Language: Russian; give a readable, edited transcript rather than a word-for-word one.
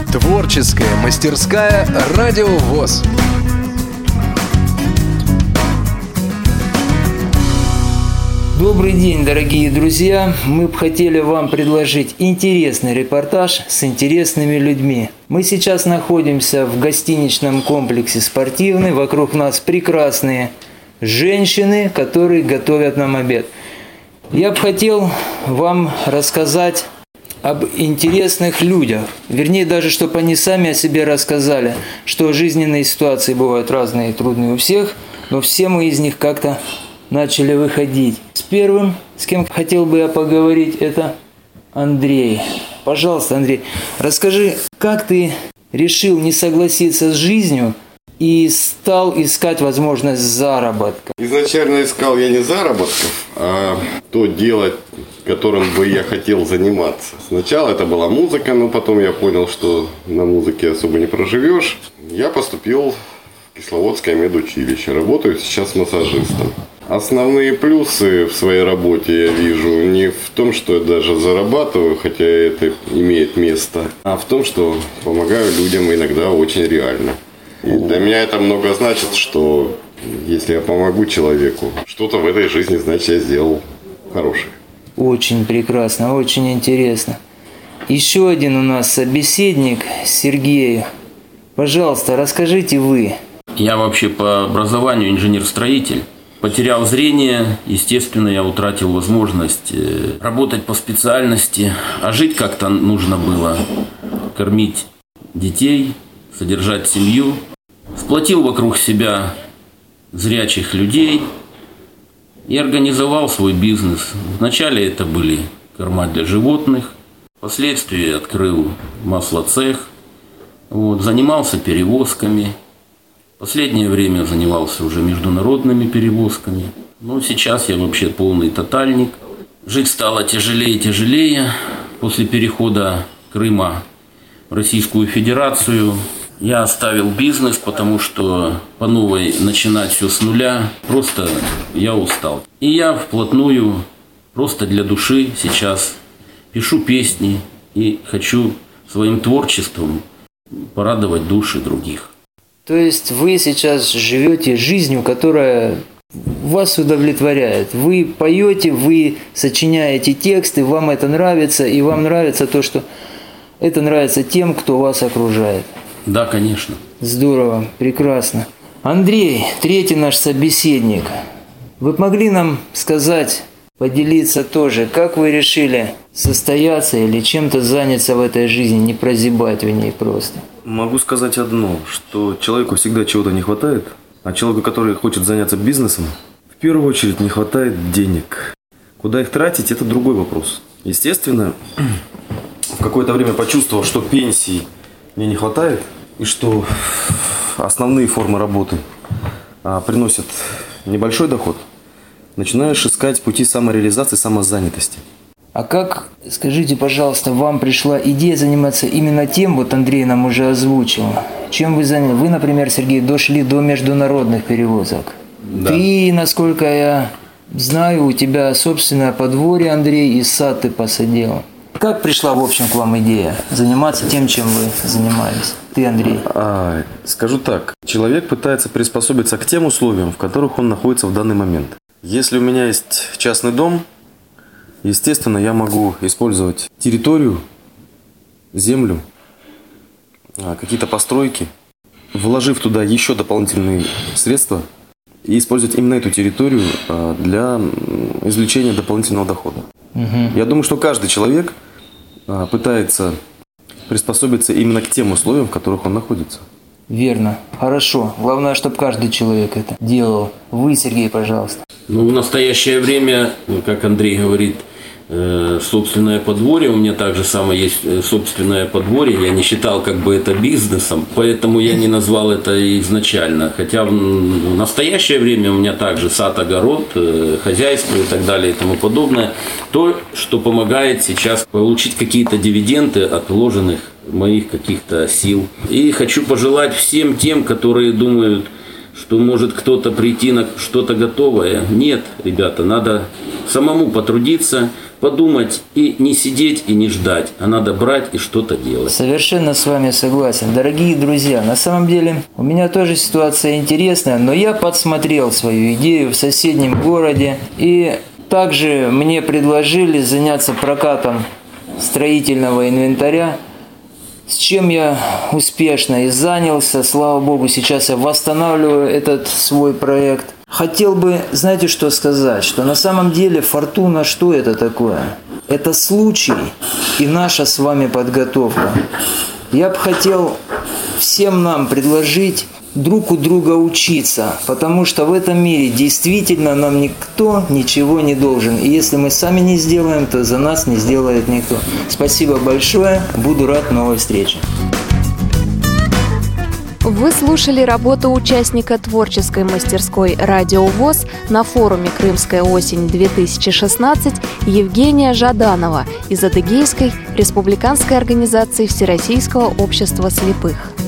Творческая мастерская «Радио ВОС». Добрый день, дорогие друзья! Мы бы хотели вам предложить интересный репортаж с интересными людьми. Мы сейчас находимся в гостиничном комплексе «Спортивный». Вокруг нас прекрасные женщины, которые готовят нам обед. Я бы хотел вам рассказать об интересных людях. Вернее, даже, чтобы они сами о себе рассказали, что жизненные ситуации бывают разные и трудные у всех, но все мы из них как-то начали выходить. С первым, с кем хотел бы я поговорить, это Андрей. Пожалуйста, Андрей, расскажи, как ты решил не согласиться с жизнью и стал искать возможность заработка? Изначально искал я не заработков, а то дело, которым бы я хотел заниматься. Сначала это была музыка, но потом я понял, что на музыке особо не проживешь. Я поступил в Кисловодское медучилище. Работаю сейчас массажистом. Основные плюсы в своей работе я вижу не в том, что я даже зарабатываю, хотя это имеет место, а в том, что помогаю людям иногда очень реально. И для меня это много значит, что если я помогу человеку, что-то в этой жизни, значит, я сделал хорошее. Очень прекрасно, очень интересно. Еще один у нас собеседник, Сергей. Пожалуйста, расскажите вы. Я вообще по образованию инженер-строитель. Потерял зрение, естественно, я утратил возможность работать по специальности, а жить как-то нужно было, кормить детей, содержать семью. Сплотил вокруг себя зрячих людей и организовал свой бизнес. Вначале это были корма для животных, впоследствии открыл маслоцех, занимался перевозками. Последнее время занимался уже международными перевозками. Но сейчас я вообще полный тотальник. Жить стало тяжелее и тяжелее. После перехода Крыма в Российскую Федерацию я оставил бизнес, потому что по новой начинать все с нуля, просто я устал. И я вплотную, просто для души сейчас пишу песни и хочу своим творчеством порадовать души других. То есть вы сейчас живете жизнью, которая вас удовлетворяет. Вы поете, вы сочиняете тексты, вам это нравится, и вам нравится то, что это нравится тем, кто вас окружает. Да, конечно. Здорово, прекрасно. Андрей, третий наш собеседник. Вы могли нам сказать, поделиться тоже, как вы решили состояться или чем-то заняться в этой жизни, не прозябать в ней просто? Могу сказать одно, что человеку всегда чего-то не хватает, а человеку, который хочет заняться бизнесом, в первую очередь не хватает денег. Куда их тратить, это другой вопрос. Естественно, в какое-то время почувствовал, что пенсии мне не хватает, и что основные формы работы приносят небольшой доход, начинаешь искать пути самореализации, самозанятости. А как, скажите, пожалуйста, вам пришла идея заниматься именно тем, вот Андрей нам уже озвучил, чем вы заняли? Вы, например, Сергей, дошли до международных перевозок. Да. Ты, насколько я знаю, у тебя собственное подворье, Андрей, и сад ты посадил. Как пришла, в общем, к вам идея заниматься тем, чем вы занимались? Ты, Андрей. Скажу так, человек пытается приспособиться к тем условиям, в которых он находится в данный момент. Если у меня есть частный дом, естественно, я могу использовать территорию, землю, какие-то постройки, вложив туда еще дополнительные средства и использовать именно эту территорию для извлечения дополнительного дохода. Я думаю, что каждый человек пытается приспособиться именно к тем условиям, в которых он находится. Верно. Хорошо. Главное, чтобы каждый человек это делал. Вы, Сергей, пожалуйста. В настоящее время, как Андрей говорит, собственное подворье. У меня также самое есть собственное подворье. Я не считал это бизнесом, поэтому я не назвал это изначально. Хотя в настоящее время у меня также сад, огород, хозяйство и так далее и тому подобное. То, что помогает сейчас получить какие-то дивиденды от вложенных моих каких-то сил. И хочу пожелать всем тем, которые думают, что может кто-то прийти на что-то готовое. Нет, ребята, надо самому потрудиться, подумать и не сидеть и не ждать, а надо брать и что-то делать. Совершенно с вами согласен. Дорогие друзья, на самом деле у меня тоже ситуация интересная, но я подсмотрел свою идею в соседнем городе, и также мне предложили заняться прокатом строительного инвентаря, с чем я успешно и занялся. Слава богу, сейчас я восстанавливаю этот свой проект. Хотел бы, знаете, что сказать? Что на самом деле фортуна, что это такое? Это случай и наша с вами подготовка. Я бы хотел всем нам предложить друг у друга учиться, потому что в этом мире действительно нам никто ничего не должен. И если мы сами не сделаем, то за нас не сделает никто. Спасибо большое. Буду рад новой встрече. Вы слушали работу участника творческой мастерской «Радио ВОС» на форуме «Крымская осень-2016» Евгения Жаданова из Адыгейской республиканской организации Всероссийского общества слепых.